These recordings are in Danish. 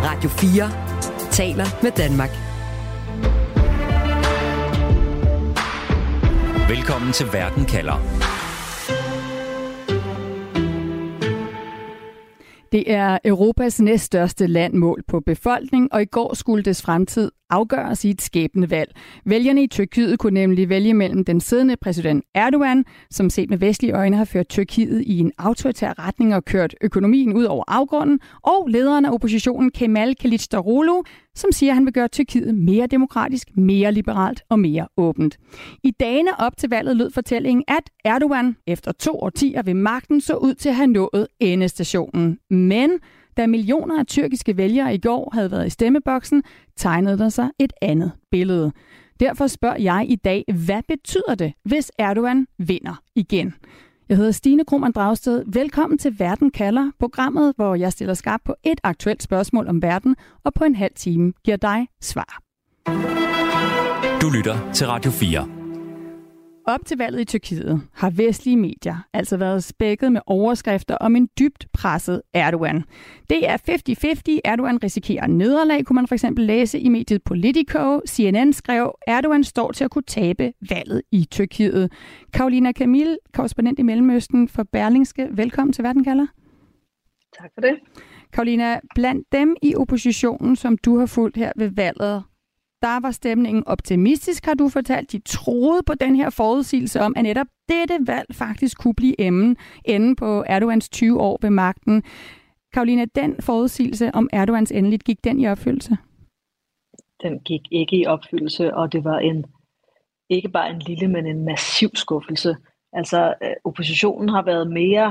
Radio 4 taler med Danmark. Velkommen til Verden kalder. Det er Europas næststørste land målt på befolkning, og i går skulle dets fremtid afgøres i et skæbnevalg. Vælgerne i Tyrkiet kunne nemlig vælge mellem den siddende præsident Erdogan, som set med vestlige øjne har ført Tyrkiet i en autoritær retning og kørt økonomien ud over afgrunden, og lederen af oppositionen Kemal Kılıçdaroğlu, som siger, at han vil gøre Tyrkiet mere demokratisk, mere liberalt og mere åbent. I dagene op til valget lød fortællingen, at Erdogan efter 2 årtier ved magten så ud til at have nået endestationen. Men da millioner af tyrkiske vælgere i går havde været i stemmeboksen, tegnede der sig et andet billede. Derfor spørger jeg i dag, hvad betyder det, hvis Erdogan vinder igen? Jeg hedder Stine Krohmann Dragsted. Velkommen til Verden kalder, programmet, hvor jeg stiller skarpt på et aktuelt spørgsmål om verden, og på en halv time giver dig svar. Du lytter til Radio 4. Op til valget i Tyrkiet har vestlige medier altså været spækket med overskrifter om en dybt presset Erdogan. Det er 50-50. Erdogan risikerer nederlag, kunne man for eksempel læse i mediet Politico. CNN skrev, Erdogan står til at kunne tabe valget i Tyrkiet. Carolina Camille, korrespondent i Mellemøsten for Berlingske. Velkommen til Verden kalder. Tak for det. Carolina, blandt dem i oppositionen, som du har fulgt her ved valget, der var stemningen optimistisk, har du fortalt. De troede på den her forudsigelse om, at netop dette valg faktisk kunne blive enden på Erdogans 20 år ved magten. Carolina, den forudsigelse om Erdogans endeligt, gik den i opfyldelse? Den gik ikke i opfyldelse, og det var ikke bare en lille, men en massiv skuffelse. Altså, oppositionen har været mere,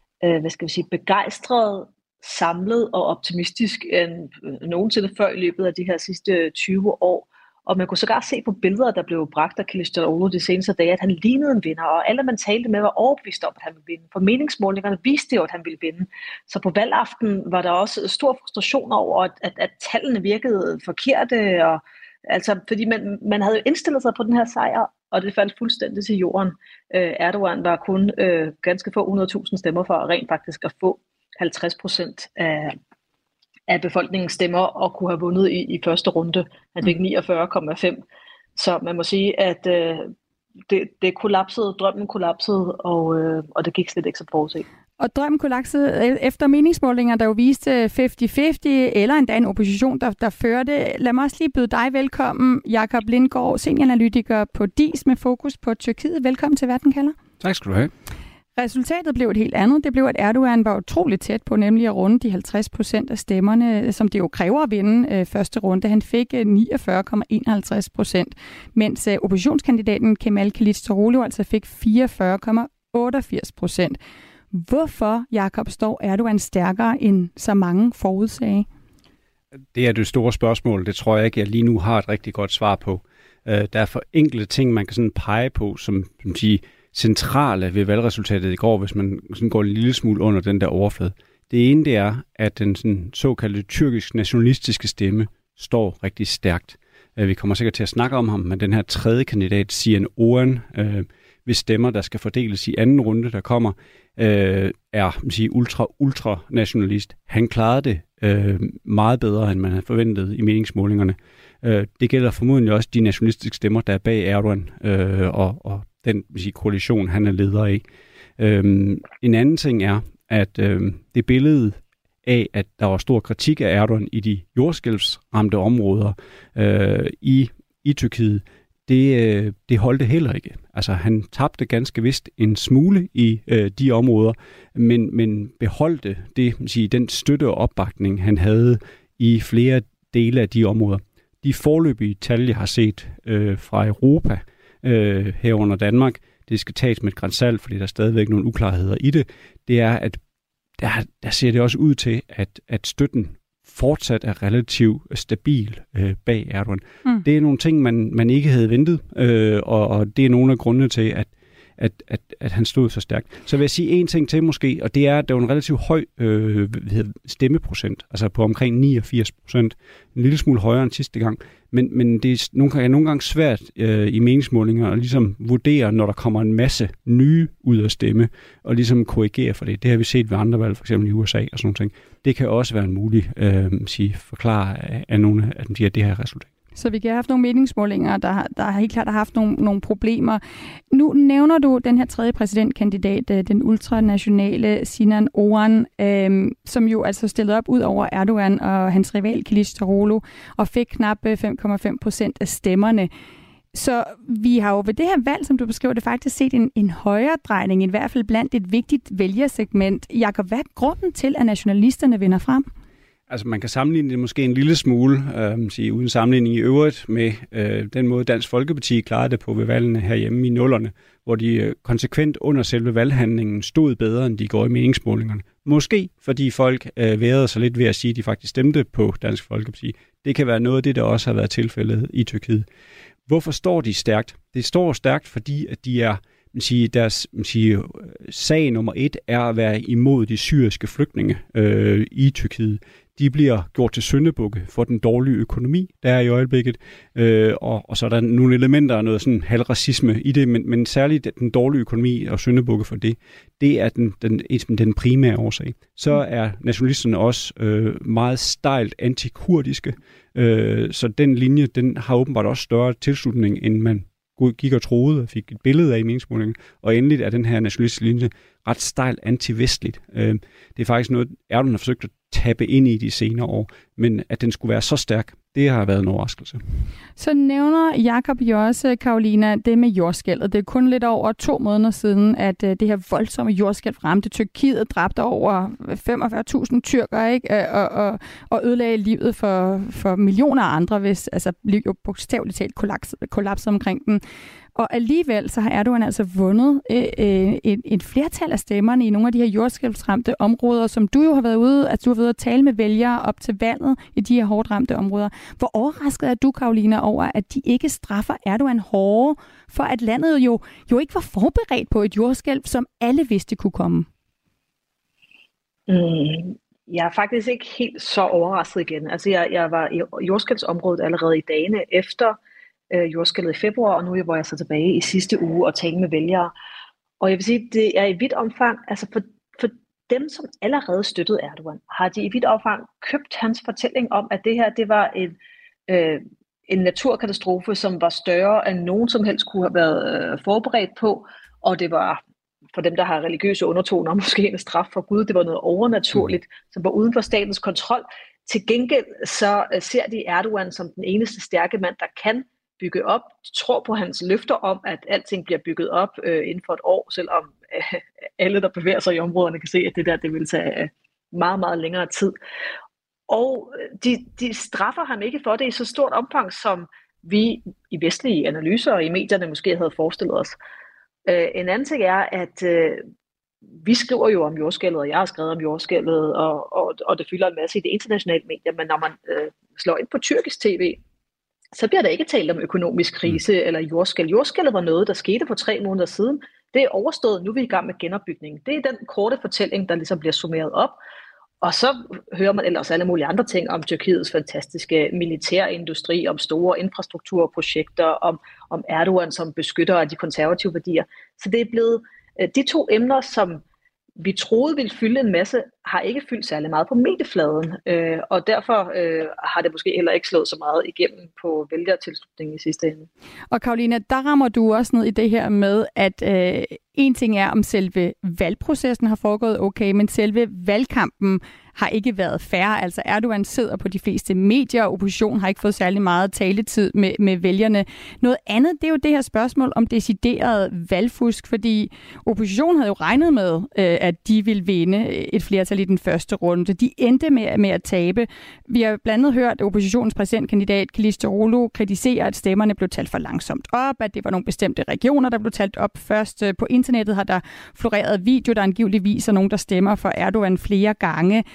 begejstret, samlet og optimistisk end nogensinde før i løbet af de her sidste 20 år. Og man kunne sågar se på billeder, der blev bragt af Kılıçdaroğlu de seneste dage, at han lignede en vinder, og alle man talte med var overbevist om, at han ville vinde. For meningsmålingerne viste jo, at han ville vinde. Så på valgaften var der også stor frustration over, at tallene virkede forkerte, og, altså, fordi man havde jo indstillet sig på den her sejr, og det faldt fuldstændig til jorden. Erdogan var kun ganske få 100.000 stemmer for rent faktisk at få 50% af befolkningens stemmer og kunne have vundet i første runde. Han fik 49,5. Så man må sige, at det kollapsede, drømmen kollapsede, og det gik slet ikke så forudset. Og drømmen kollapsede efter meningsmålinger, der jo viste 50-50, eller endda en opposition, der førte. Lad mig også lige byde dig velkommen, Jakob Lindgaard, senioranalytiker på DIS med fokus på Tyrkiet. Velkommen til Verden kalder. Tak skal du have. Resultatet blev et helt andet. Det blev, at Erdogan var utroligt tæt på, nemlig at runde de 50% af stemmerne, som det jo kræver at vinde første runde. Han fik 49,51%, mens oppositionskandidaten Kemal Kılıçdaroğlu altså fik 44,88%. Hvorfor, Jakob, står Erdogan stærkere end så mange forudsagde? Det er det store spørgsmål. Det tror jeg ikke, jeg lige nu har et rigtig godt svar på. Der er for enkelte ting, man kan sådan pege på, som sige, centrale ved valgresultatet i går, hvis man sådan går en lille smule under den der overflade. Det ene, det er, at den sådan såkaldte tyrkisk nationalistiske stemme står rigtig stærkt. Vi kommer sikkert til at snakke om ham, men den her tredje kandidat, Sinan Oğan, hvis stemmer, der skal fordeles i anden runde, der kommer, er ultra nationalist. Han klarede det meget bedre, end man havde forventet i meningsmålingerne. Det gælder formodentlig også de nationalistiske stemmer, der er bag Erdogan og den koalition, han er leder af. En anden ting er, at det billede af, at der var stor kritik af Erdogan i de jordskælvsramte områder i Tyrkiet, det holdte heller ikke. Altså, han tabte ganske vist en smule i de områder, men beholdte den støtte og opbakning, han havde i flere dele af de områder. De foreløbige tal, jeg har set fra Europa, herunder Danmark, det skal tages med et gran salt, fordi der er stadigvæk nogle uklarheder i det, det er, at der ser det også ud til, at støtten fortsat er relativt stabil bag Erdogan. Det er nogle ting, man ikke havde ventet, og det er nogle af grundene til, at han stod så stærkt. Så vil jeg sige en ting til måske, og det er, at der var en relativt høj stemmeprocent, altså på omkring 89%, en lille smule højere end sidste gang. Men det er nogle gange svært i meningsmålinger at ligesom vurdere, når der kommer en masse nye ud af stemme, og ligesom korrigere for det. Det har vi set ved andre valg, for eksempel i USA og sådan noget. Det kan også være en mulig forklare af nogle af det her resultat. Så vi kan have haft nogle meningsmålinger, der helt klart har haft nogle problemer. Nu nævner du den her tredje præsidentkandidat, den ultranationale Sinan Oğan, som jo altså stillede op ud over Erdogan og hans rival Kılıçdaroğlu og fik knap 5,5% af stemmerne. Så vi har jo ved det her valg, som du beskriver det, faktisk set en højere drejning, i hvert fald blandt et vigtigt vælgersegment. Jakob, hvad er grunden til, at nationalisterne vinder frem? Altså man kan sammenligne det måske en lille smule, uden sammenligning i øvrigt, med den måde Dansk Folkeparti klarede det på ved valgene herhjemme i nullerne, hvor de konsekvent under selve valghandlingen stod bedre, end de går i meningsmålingerne. Måske fordi folk værede sig lidt ved at sige, at de faktisk stemte på Dansk Folkeparti. Det kan være noget af det, der også har været tilfældet i Tyrkiet. Hvorfor står de stærkt? Det står stærkt, fordi at de er deres sag nummer 1 er at være imod de syriske flygtninge i Tyrkiet. De bliver gjort til syndebukke for den dårlige økonomi, der er i øjeblikket, og så er der nogle elementer af noget sådan halvracisme i det, men særligt den dårlige økonomi og syndebukke for det er den primære årsag. Så er nationalisterne også meget stejlt antikurdiske, så den linje, den har åbenbart også større tilslutning, end man gik og troede og fik et billede af i meningsmålingen. Og endelig er den her nationalistiske linje ret stejlt antivestligt. Det er faktisk noget, Erdogan har forsøgt at tappe ind i de senere år, men at den skulle være så stærk, det har været en overraskelse. Så nævner Jakob jo også, Karolina, det med jordskælvet. Det er kun lidt over 2 måneder siden, at det her voldsomme jordskælv ramte Tyrkiet, dræbte over 45.000 tyrkere, ikke? Og ødelagde livet for millioner af andre, hvis blev jo bogstaveligt talt kollapset omkring dem. Og alligevel så har Erdogan altså vundet et flertal af stemmerne i nogle af de her jordskælvsramte områder, som du jo har været ude, at du har været at tale med vælgere op til valget i de her hårdt ramte områder. Hvor overrasket er du, Karolina, over, at de ikke straffer Erdogan hårdere, for at landet jo ikke var forberedt på et jordskælv, som alle vidste kunne komme? Jeg er faktisk ikke helt så overrasket igen. Altså jeg var i jordskælvsområdet allerede i dagene efter jordskælvet i februar, og nu hvor jeg så tilbage i sidste uge og talte med vælgere. Og jeg vil sige, det er i vidt omfang, altså for dem, som allerede støttede Erdogan, har de i vidt omfang købt hans fortælling om, at det her, det var en naturkatastrofe, som var større end nogen som helst kunne have været forberedt på, og det var for dem, der har religiøse undertoner, måske en straf for Gud, det var noget overnaturligt, som var uden for statens kontrol. Til gengæld så ser de Erdogan som den eneste stærke mand, der kan bygge op. De tror på hans løfter om, at alting bliver bygget op inden for et år, selvom alle, der bevæger sig i områderne, kan se, at det vil tage meget, meget længere tid. Og de straffer ham ikke for det i så stort omfang, som vi i vestlige analyser og i medierne måske havde forestillet os. En anden ting er, at vi skriver jo om jordskælvet, og jeg har skrevet om jordskælvet, og det fylder en masse i det internationale medier, men når man slår ind på tyrkisk tv, så bliver der ikke talt om økonomisk krise eller jordskælv. Jordskælvet var noget, der skete for 3 måneder siden. Det er overstået, nu er vi i gang med genopbygning. Det er den korte fortælling, der ligesom bliver summeret op. Og så hører man ellers alle mulige andre ting om Tyrkiets fantastiske militærindustri, om store infrastrukturprojekter, om Erdogan som beskytter af de konservative værdier. Så det er blevet de 2 emner, som vi troede ville fylde en masse, har ikke fyldt særlig meget på mediefladen, og derfor har det måske heller ikke slået så meget igennem på vælgertilslutningen i sidste ende. Og Karolina, der rammer du også ned i det her med, at en ting er, om selve valgprocessen har foregået okay, men selve valgkampen har ikke været fair. Altså Erdogan sidder på de fleste medier, og oppositionen har ikke fået særlig meget taletid med vælgerne. Noget andet, det er jo det her spørgsmål om decideret valgfusk, fordi oppositionen havde jo regnet med, at de ville vinde et flertal i den første runde. De endte med at tabe. Vi har blandt andet hørt, at oppositionens præsidentkandidat Kılıçdaroğlu kritiserer, at stemmerne blev talt for langsomt op, at det var nogle bestemte regioner, der blev talt op først. På internettet har der floreret video, der angiveligt viser nogen, der stemmer for Erdogan flere gange.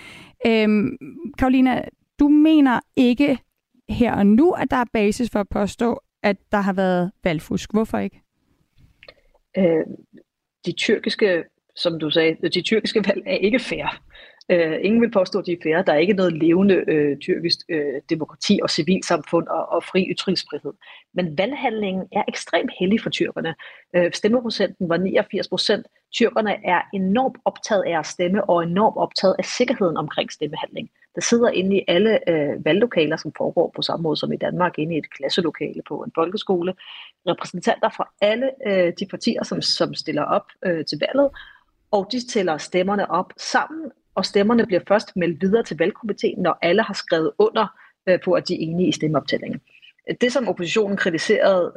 Karolina, du mener ikke her og nu, at der er basis for at påstå, at der har været valgfusk. Hvorfor ikke? de tyrkiske, som du sagde, de tyrkiske valg er ikke fair. Ingen vil påstå, at de er fair. Der er ikke noget levende tyrkisk demokrati og civilsamfund og fri ytringsfrihed. Men valghandlingen er ekstremt hellig for tyrkerne. Stemmeprocenten var 89%. Tyrkerne er enormt optaget af at stemme og enormt optaget af sikkerheden omkring stemmehandling. Der sidder inde i alle valglokaler, som foregår på samme måde som i Danmark, inde i et klasselokale på en folkeskole, repræsentanter fra alle de partier, som stiller op til valget, og de tæller stemmerne op sammen, og stemmerne bliver først meldt videre til valgkomiteen, når alle har skrevet under på, at de er enige i stemmeoptællingen. Det, som oppositionen kritiserede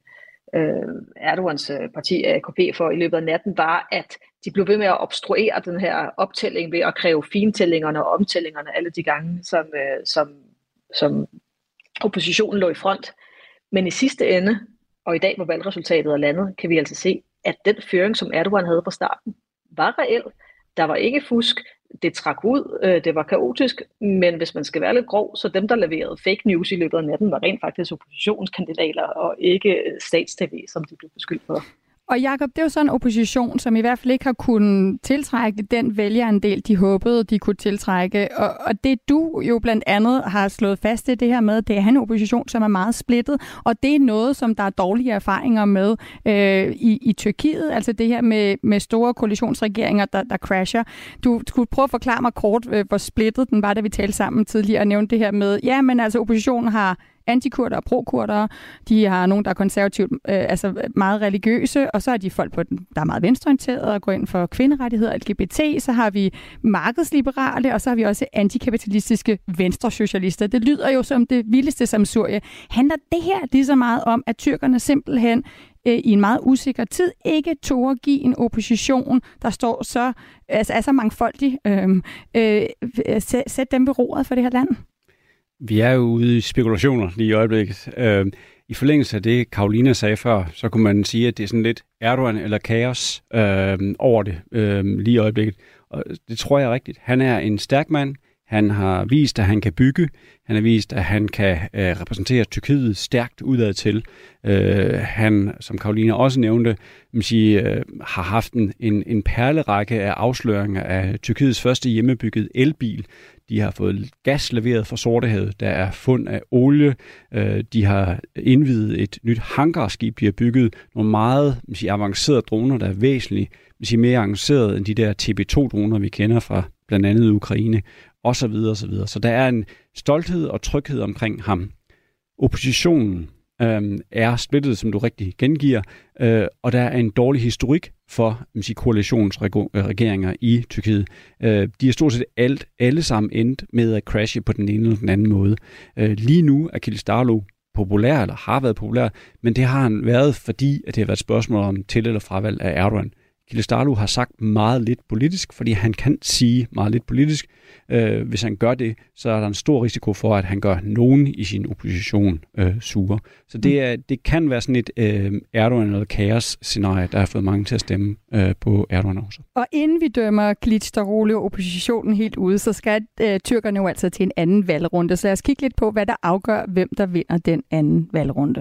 Erdogans parti AKP for i løbet af natten, var, at de blev ved med at obstruere den her optælling ved at kræve fintællingerne og omtællingerne alle de gange, som oppositionen lå i front. Men i sidste ende, og i dag hvor valgresultatet er landet, kan vi altså se, at den føring, som Erdogan havde fra starten, var reel. Der var ikke fusk, det trak ud, det var kaotisk, men hvis man skal være lidt grov, så dem, der leverede fake news i løbet af natten, var rent faktisk oppositionskandidater og ikke stats-TV, som de blev beskyldt for. Og Jakob, det er jo sådan en opposition, som i hvert fald ikke har kunnet tiltrække den vælgerandel, de håbede, de kunne tiltrække. Og det du jo blandt andet har slået fast i det her med, det er en opposition, som er meget splittet. Og det er noget, som der er dårlige erfaringer med i Tyrkiet. Altså det her med store koalitionsregeringer, der crasher. Du skulle prøve at forklare mig kort, hvor splittet den var, da vi talte sammen tidligere, og nævnte det her med, ja, men altså oppositionen har antikurder og pro-kurdere. De har nogen, der er konservativt, altså meget religiøse, og så er de folk, der er meget venstreorienterede og går ind for kvinderettigheder, LGBT. Så har vi markedsliberale, og så har vi også antikapitalistiske venstresocialister. Det lyder jo som det vildeste samsurie. Handler det her lige så meget om, at tyrkerne simpelthen i en meget usikker tid ikke tog at give en opposition, der står så, altså er så mangfoldig, sæt dem ved roret for det her land? Vi er jo ude i spekulationer lige i øjeblikket. I forlængelse af det, Karolina sagde før, så kunne man sige, at det er sådan lidt Erdogan eller kaos over det lige i øjeblikket. Og det tror jeg er rigtigt. Han er en stærk mand. Han har vist, at han kan bygge. Han har vist, at han kan repræsentere Tyrkiet stærkt udadtil. Han, som Karolina også nævnte, har haft en perlerække af afsløringer af Tyrkiets første hjemmebyggede elbil. De har fået gas leveret fra Sortehavet. Der er fund af olie. De har indviet et nyt hangarskib. De har bygget nogle meget avancerede droner, der er væsentligt mere avancerede end de der TB2-droner, vi kender fra blandt andet Ukraine, og så videre, og så videre. Så der er en stolthed og tryghed omkring ham. Oppositionen er splittet, som du rigtig gengiver, og der er en dårlig historik for koalitionsregeringer i Tyrkiet. De er stort set alle sammen endt med at crashe på den ene eller den anden måde. Lige nu er Kılıçdaroğlu populær, eller har været populær, men det har han været, fordi at det har været et spørgsmål om til- eller fravalg af Erdogan. Kılıçdaroğlu har sagt meget lidt politisk, fordi han kan sige meget lidt politisk. Hvis han gør det, så er der en stor risiko for, at han gør nogen i sin opposition sure. Så det kan være sådan et Erdogan- eller kaos-scenarie, der har fået mange til at stemme på Erdogan også. Og inden vi dømmer Kılıçdaroğlu og oppositionen helt ude, så skal tyrkerne jo altså til en anden valgrunde. Så lad os kigge lidt på, hvad der afgør, hvem der vinder den anden valgrunde.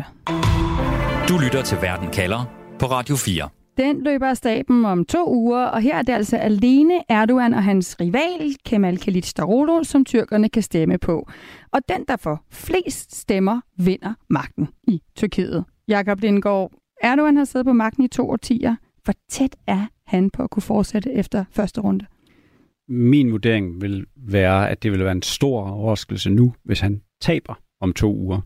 Du lytter til Verden kalder på Radio 4. Den løber af staben om 2 uger, og her er det altså alene Erdogan og hans rival, Kemal Kılıçdaroğlu, som tyrkerne kan stemme på. Og den, der får flest stemmer, vinder magten i Tyrkiet. Jakob Lindgaard, Erdogan har siddet på magten i 2 årtier. Hvor tæt er han på at kunne fortsætte efter første runde? Min vurdering vil være, at det vil være en stor overraskelse nu, hvis han taber om 2 uger.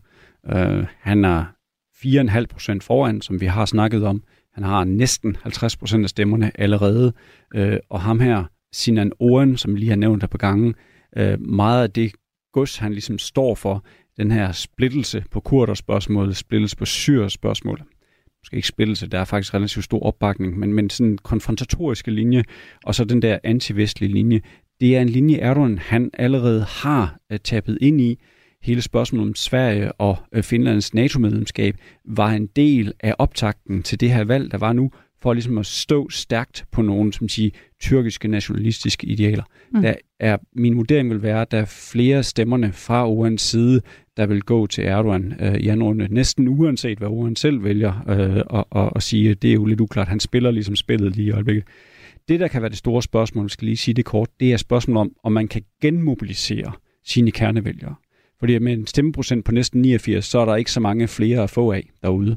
Han er 4,5% foran, som vi har snakket om. Han har næsten 50% af stemmerne allerede. Og ham her, Sinan Oğan, som vi lige har nævnt her på gangen, meget af det gods, han ligesom står for, den her splittelse på kurderspørgsmålet, splittelse på syrerspørgsmålet. Måske ikke splittelse, der er faktisk relativt stor opbakning, men sådan en konfrontatoriske linje, og så den der antivestlige linje, det er en linje, Erdogan han allerede har tappet ind i. Hele spørgsmålet om Sverige og Finlands NATO-medlemskab var en del af optakten til det her valg, der var nu, for ligesom at stå stærkt på nogle, som siger, tyrkiske nationalistiske idealer. Der er, min vurdering vil være, at der er flere stemmerne fra Oğans side, der vil gå til Erdogan i anden runde, næsten uanset hvad Erdogan selv vælger at sige. Det er jo lidt uklart. Han spiller ligesom spillet lige i øjeblikket. Det, der kan være det store spørgsmål, vi skal lige sige det kort, det er spørgsmålet om man kan genmobilisere sine kernevælgere. Fordi med en stemmeprocent på næsten 89, så er der ikke så mange flere at få af derude.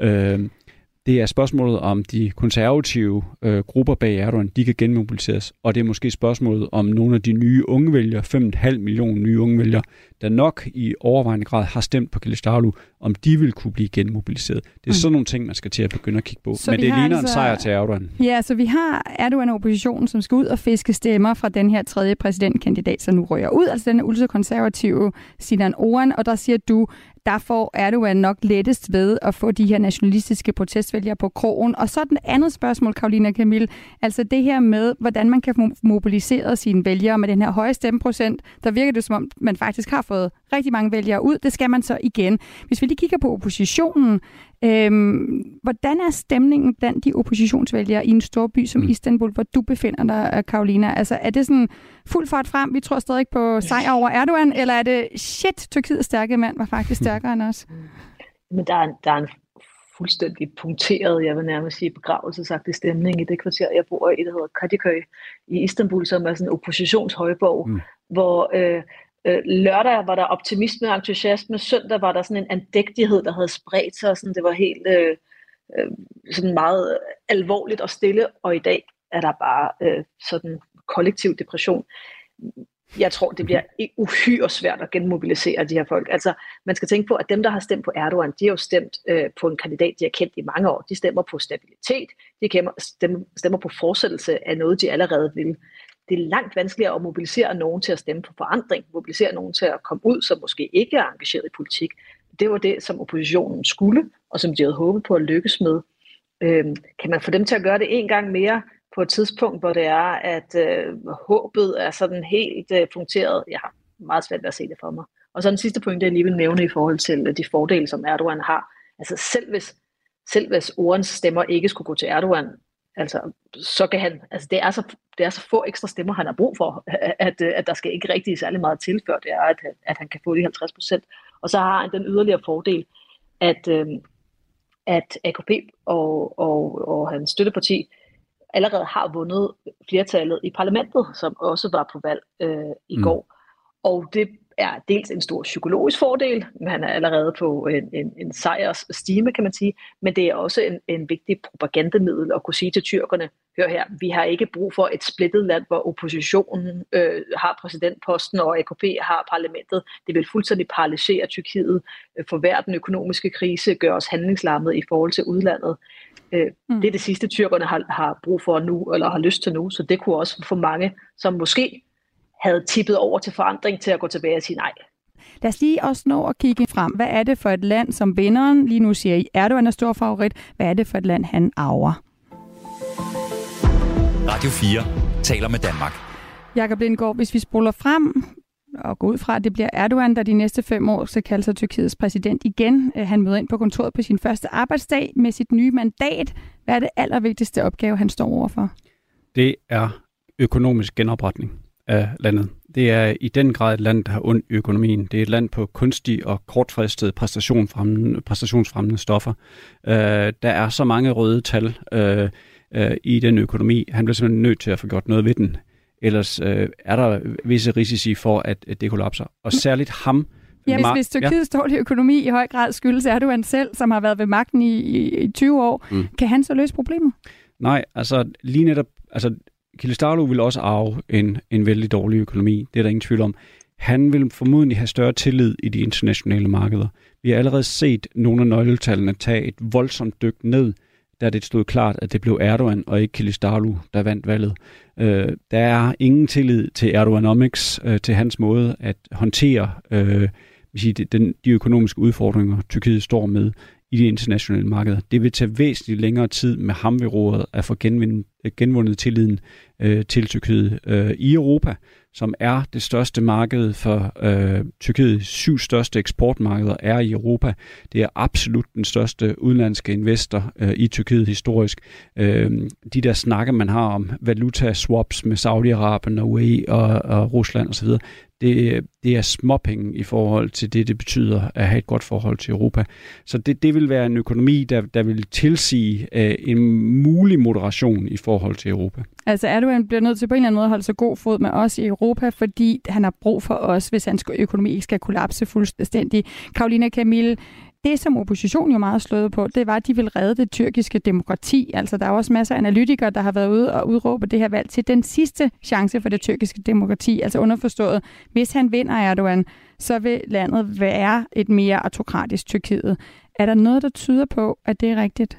Det er spørgsmålet om de konservative grupper bag Erdogan, de kan genmobiliseres. Og det er måske spørgsmålet om nogle af de nye unge vælgere, 5,5 millioner nye unge vælgere, der nok i overvejende grad har stemt på Kılıçdaroğlu, om de vil kunne blive genmobiliseret. Det er sådan nogle ting, man skal til at begynde at kigge på. Men det ligner en sejr til Erdogan. Ja, så vi har Erdogan-oppositionen, som skal ud og fiske stemmer fra den her tredje præsidentkandidat, som nu rører ud, altså den ultrakonservative Sinan Oğan, og der siger du, der får Erdogan nok lettest ved at få de her nationalistiske protestvælgere på krogen. Og så den andet spørgsmål, Carolina Camille, altså det her med, hvordan man kan mobilisere sine vælgere med den her høje stemmeprocent. Der virker det som om, man faktisk har fået rigtig mange vælgere ud. Det skal man så igen. Hvis vi lige kigger på oppositionen, hvordan er stemningen blandt de oppositionsvælgere i en stor by som Istanbul, hvor du befinder dig, Carolina? Altså er det sådan fuld fart frem, vi tror stadig på sejr over Erdogan, eller er det shit, Tyrkiets stærke mand var faktisk stærkere end os? Men der er en fuldstændig punkteret, jeg vil nærmest sige, begravelsesagtig stemning i det kvarter, jeg bor i, der hedder Kadıköy i Istanbul, som er sådan en oppositionshøjborg, hvor lørdag var der optimisme og entusiasme, søndag var der sådan en andægtighed, der havde spredt sig, sådan, det var helt sådan meget alvorligt og stille, og i dag er der bare sådan kollektiv depression. Jeg tror, det bliver uhyre svært at genmobilisere de her folk. Altså, man skal tænke på, at dem, der har stemt på Erdogan, de har jo stemt på en kandidat, de har kendt i mange år. De stemmer på stabilitet, de stemmer på fortsættelse af noget, de allerede vil. Det er langt vanskeligere at mobilisere nogen til at stemme på forandring, mobilisere nogen til at komme ud, som måske ikke er engageret i politik. Det var det, som oppositionen skulle, og som de havde håbet på at lykkes med. Kan man få dem til at gøre det en gang mere på et tidspunkt, hvor det er, at håbet er sådan helt punkteret? Jeg har meget svært ved at se det for mig. Og så den sidste point, jeg lige vil nævne i forhold til de fordele, som Erdogan har. Altså selv hvis Oğan's stemmer ikke skulle gå til Erdogan, altså, så kan han, altså det er så få ekstra stemmer, han har brug for, at der skal ikke rigtig særlig meget tilføre. Det er, at han kan få de 50%. Og så har han den yderligere fordel, at AKP og hans støtteparti allerede har vundet flertallet i parlamentet, som også var på valg i går. Og det er dels en stor psykologisk fordel, men han er allerede på en sejrsstime, kan man sige, men det er også en vigtig propagandamiddel at kunne sige til tyrkerne, hør her, vi har ikke brug for et splittet land, hvor oppositionen har præsidentposten og AKP har parlamentet. Det vil fuldstændig paralysere Tyrkiet, forværre den økonomiske krise, gøre os handlingslammet i forhold til udlandet. Det er det sidste, tyrkerne har brug for nu, eller har lyst til nu, så det kunne også få mange, som måske havde tippet over til forandring, til at gå tilbage og sige nej. Lad os lige også nå at kigge frem. Hvad er det for et land, som vinderen lige nu siger, Erdogan er stor favorit? Hvad er det for et land, han arver? Radio 4 taler med Danmark. Jakob Lindgaard, hvis vi spoler frem og går ud fra, at det bliver Erdogan, der de næste 5 år skal kalde sig Tyrkiets præsident igen. Han møder ind på kontoret på sin første arbejdsdag med sit nye mandat. Hvad er det allervigtigste opgave, han står overfor? Det er økonomisk genopretning af landet. Det er i den grad et land, der har ondt i økonomien. Det er et land på kunstig og kortfristede præstationsfremmende stoffer. Der er så mange røde tal i den økonomi. Han bliver simpelthen nødt til at få gjort noget ved den. Ellers er der visse risici for, at det kollapser. Og særligt ham. Ja, hvis Tyrkiets dårlige økonomi i høj grad skyldes Erdogan selv, som har været ved magten i 20 år, kan han så løse problemet? Nej, altså lige netop, Kılıçdaroğlu vil også arve en vældig dårlig økonomi. Det er der ingen tvivl om. Han vil formodentlig have større tillid i de internationale markeder. Vi har allerede set nogle af nøgletallene tage et voldsomt dyk ned, da det stod klart, at det blev Erdogan og ikke Kılıçdaroğlu, der vandt valget. Der er ingen tillid til Erdoganomics, til hans måde at håndtere de økonomiske udfordringer, Tyrkiet står med i de internationale markeder. Det vil tage væsentligt længere tid med ham ved roret at få genvundet tilliden til Tyrkiet i Europa, som er det største marked for Tyrkiet. 7 største eksportmarkeder er i Europa. Det er absolut den største udenlandske investor i Tyrkiet historisk. De der snakker, man har om valuta-swaps med Saudi-Arabien og UAE og Rusland osv., det er småpenge i forhold til det betyder at have et godt forhold til Europa. Så det vil være en økonomi, der vil tilsige en mulig moderation i forhold til Europa. Altså Erdogan bliver nødt til på en eller anden måde at holde sig god fod med os i Europa, fordi han har brug for os, hvis hans økonomi ikke skal kollapse fuldstændig. Carolina Camille, det, som oppositionen jo meget slået på, det var, at de vil redde det tyrkiske demokrati. Altså, der er også masser af analytikere, der har været ude og udråbe det her valg til den sidste chance for det tyrkiske demokrati. Altså underforstået, hvis han vinder Erdogan, så vil landet være et mere autokratisk Tyrkiet. Er der noget, der tyder på, at det er rigtigt?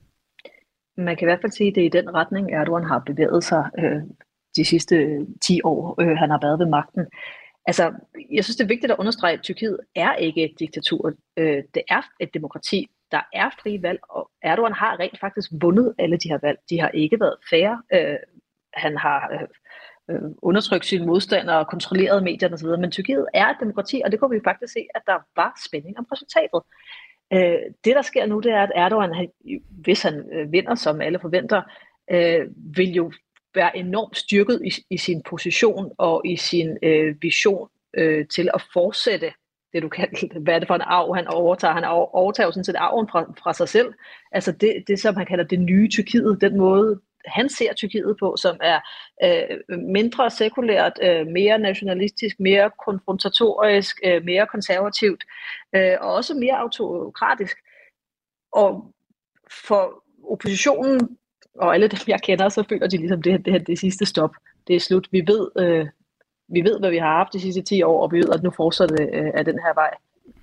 Man kan i hvert fald sige, at det er i den retning, Erdogan har bevæget sig de sidste 10 år, han har været ved magten. Altså, jeg synes, det er vigtigt at understrege, at Tyrkiet er ikke et diktatur. Det er et demokrati. Der er frie valg, og Erdogan har rent faktisk vundet alle de her valg. De har ikke været fair. Han har undertrykt sine modstandere og kontrolleret medierne osv., men Tyrkiet er et demokrati, og det kunne vi faktisk se, at der var spænding om resultatet. Det, der sker nu, det er, at Erdogan, hvis han vinder, som alle forventer, vil jo være enormt styrket i sin position og i sin vision til at fortsætte det, du kan, hvad er det for en arv, han overtager. Han overtager jo sådan set arven fra sig selv. Altså det, som han kalder det nye Tyrkiet, den måde, han ser Tyrkiet på, som er mindre sekulært, mere nationalistisk, mere konfrontatorisk, mere konservativt, og også mere autokratisk. Og for oppositionen og alle dem, jeg kender, så føler de ligesom, det sidste stop. Det er slut. Vi ved, hvad vi har haft de sidste 10 år, og vi ved, at nu fortsætter det af den her vej.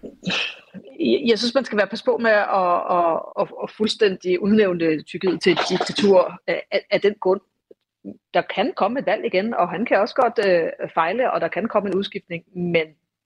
Jeg synes, man skal være pas på med at fuldstændig udnævne Tyrkiet til et diktatur af den grund. Der kan komme et valg igen, og han kan også godt fejle, og der kan komme en udskiftning, men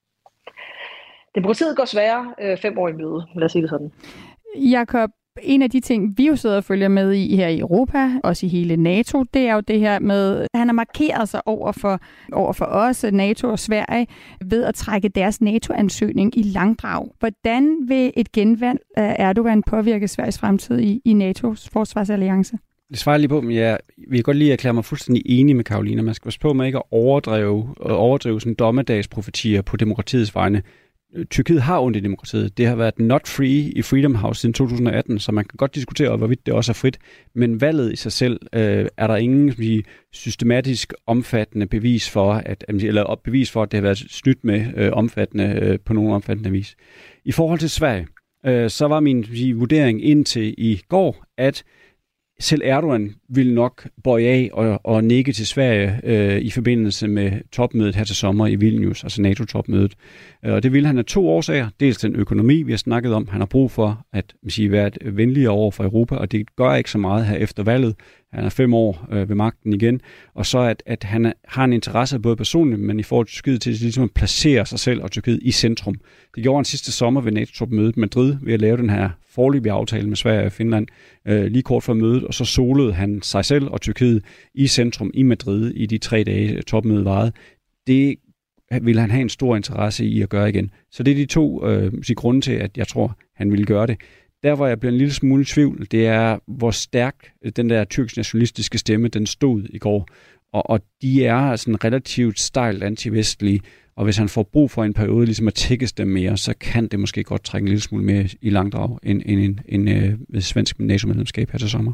demokratiet går sværere 5 år i møde, lad os sige det sådan. Jakob, en af de ting, vi jo sidder og følger med i her i Europa, også i hele NATO, det er jo det her med, at han har markeret sig over for os, NATO og Sverige, ved at trække deres NATO-ansøgning i langdrag. Hvordan vil et genvalg af Erdogan påvirke Sveriges fremtid i NATO's forsvarsalliance? Det svarer lige på, men jeg vil godt lige erklære mig fuldstændig enig med Carolina. Man skal passe på med ikke at overdrive sådan dommedagsprofetier på demokratiets vegne. Tyrkiet har ondt i demokratiet. Det har været not free i Freedom House siden 2018, så man kan godt diskutere, hvorvidt det også er frit. Men valget i sig selv er der ingen systematisk omfattende bevis for, at det har været snydt med omfattende på nogen omfattende vis. I forhold til Sverige, så var min vurdering indtil i går, at selv Erdogan ville nok bøje af og nikke til Sverige i forbindelse med topmødet her til sommer i Vilnius, altså NATO-topmødet. Og det ville han af 2 årsager. Dels den økonomi, vi har snakket om. Han har brug for at være venligere over for Europa, og det gør ikke så meget her efter valget. Han er 5 år ved magten igen. Og så at han har en interesse både personligt, men i forhold til Tyrkiet til ligesom at placere sig selv og Tyrkiet i centrum. Det gjorde han sidste sommer ved NATO-topmødet i Madrid ved at lave den her foreløbige aftale med Sverige og Finland lige kort før mødet, og så solede han sig selv og Tyrkiet i centrum i Madrid i de 3 dage topmødet varede. Det vil han have en stor interesse i at gøre igen. Så det er de 2 grunde til, at jeg tror, han vil gøre det. Der, hvor jeg bliver en lille smule i tvivl, det er, hvor stærk den der tyrkisk nationalistiske stemme, den stod i går. Og de er sådan relativt stejlt antivestlige, og hvis han får brug for en periode ligesom at tækkes dem mere, så kan det måske godt trække en lille smule mere i langdrag end svensk NATO-medlemskab her til sommer.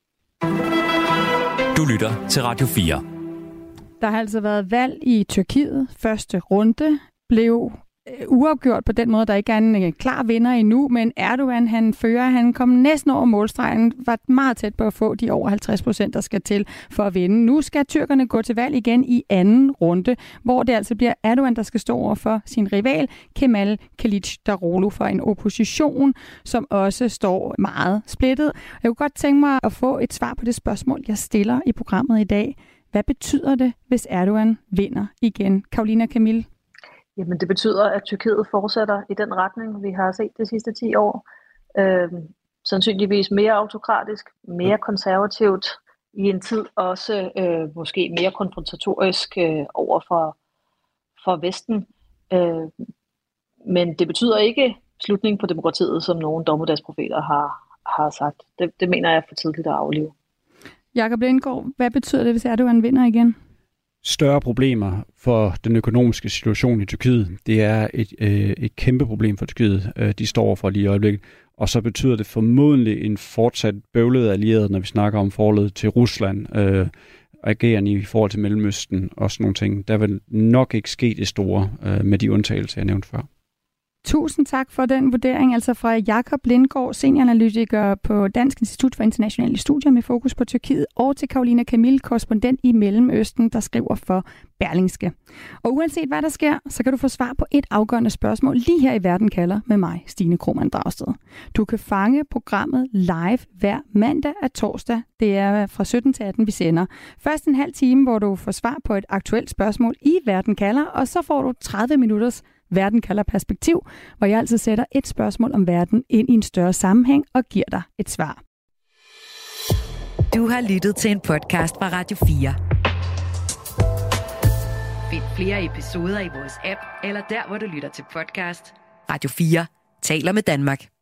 Du lytter til Radio 4. Der har altså været valg i Tyrkiet. Første runde blev uafgjort på den måde, der ikke er en klar vinder endnu, men Erdogan, han kom næsten over målstregen, var meget tæt på at få de over 50%, der skal til for at vinde. Nu skal tyrkerne gå til valg igen i anden runde, hvor det altså bliver Erdogan, der skal stå over for sin rival Kemal Kılıçdaroğlu for en opposition, som også står meget splittet. Jeg kunne godt tænke mig at få et svar på det spørgsmål, jeg stiller i programmet i dag. Hvad betyder det, hvis Erdogan vinder igen? Carolina Camille? Jamen, det betyder, at Tyrkiet fortsætter i den retning, vi har set de sidste 10 år. Sandsynligvis mere autokratisk, mere konservativt i en tid, også måske mere konfrontatorisk over for Vesten. Men det betyder ikke slutning på demokratiet, som nogle dommedagsprofeter har sagt. Det mener jeg er for tidligt at aflive. Jakob Lindgaard, hvad betyder det, hvis Erdogan vinder igen? større problemer for den økonomiske situation i Tyrkiet. Det er et kæmpe problem for Tyrkiet, de står for lige i øjeblikket. Og så betyder det formodentlig en fortsat bøvlet allieret, når vi snakker om forholdet til Rusland, agerende i forhold til Mellemøsten og sådan nogle ting. Der vil nok ikke ske det store med de undtagelser, jeg nævnte før. Tusind tak for den vurdering, altså fra Jakob Lindgaard, senioranalytiker på Dansk Institut for Internationale Studier med fokus på Tyrkiet, og til Carolina Camille, korrespondent i Mellemøsten, der skriver for Berlingske. Og uanset hvad der sker, så kan du få svar på et afgørende spørgsmål lige her i Verden kalder med mig, Stine Krohmann Dragsted. Du kan fange programmet live hver mandag og torsdag. Det er fra 17 til 18, vi sender. Først en halv time, hvor du får svar på et aktuelt spørgsmål i Verden kalder, og så får du 30 minutters Verden kalder perspektiv, hvor jeg altså sætter et spørgsmål om verden ind i en større sammenhæng og giver dig et svar. Du har lyttet til en podcast fra Radio 4. Find flere episoder i vores app, eller der, hvor du lytter til podcast. Radio 4 taler med Danmark.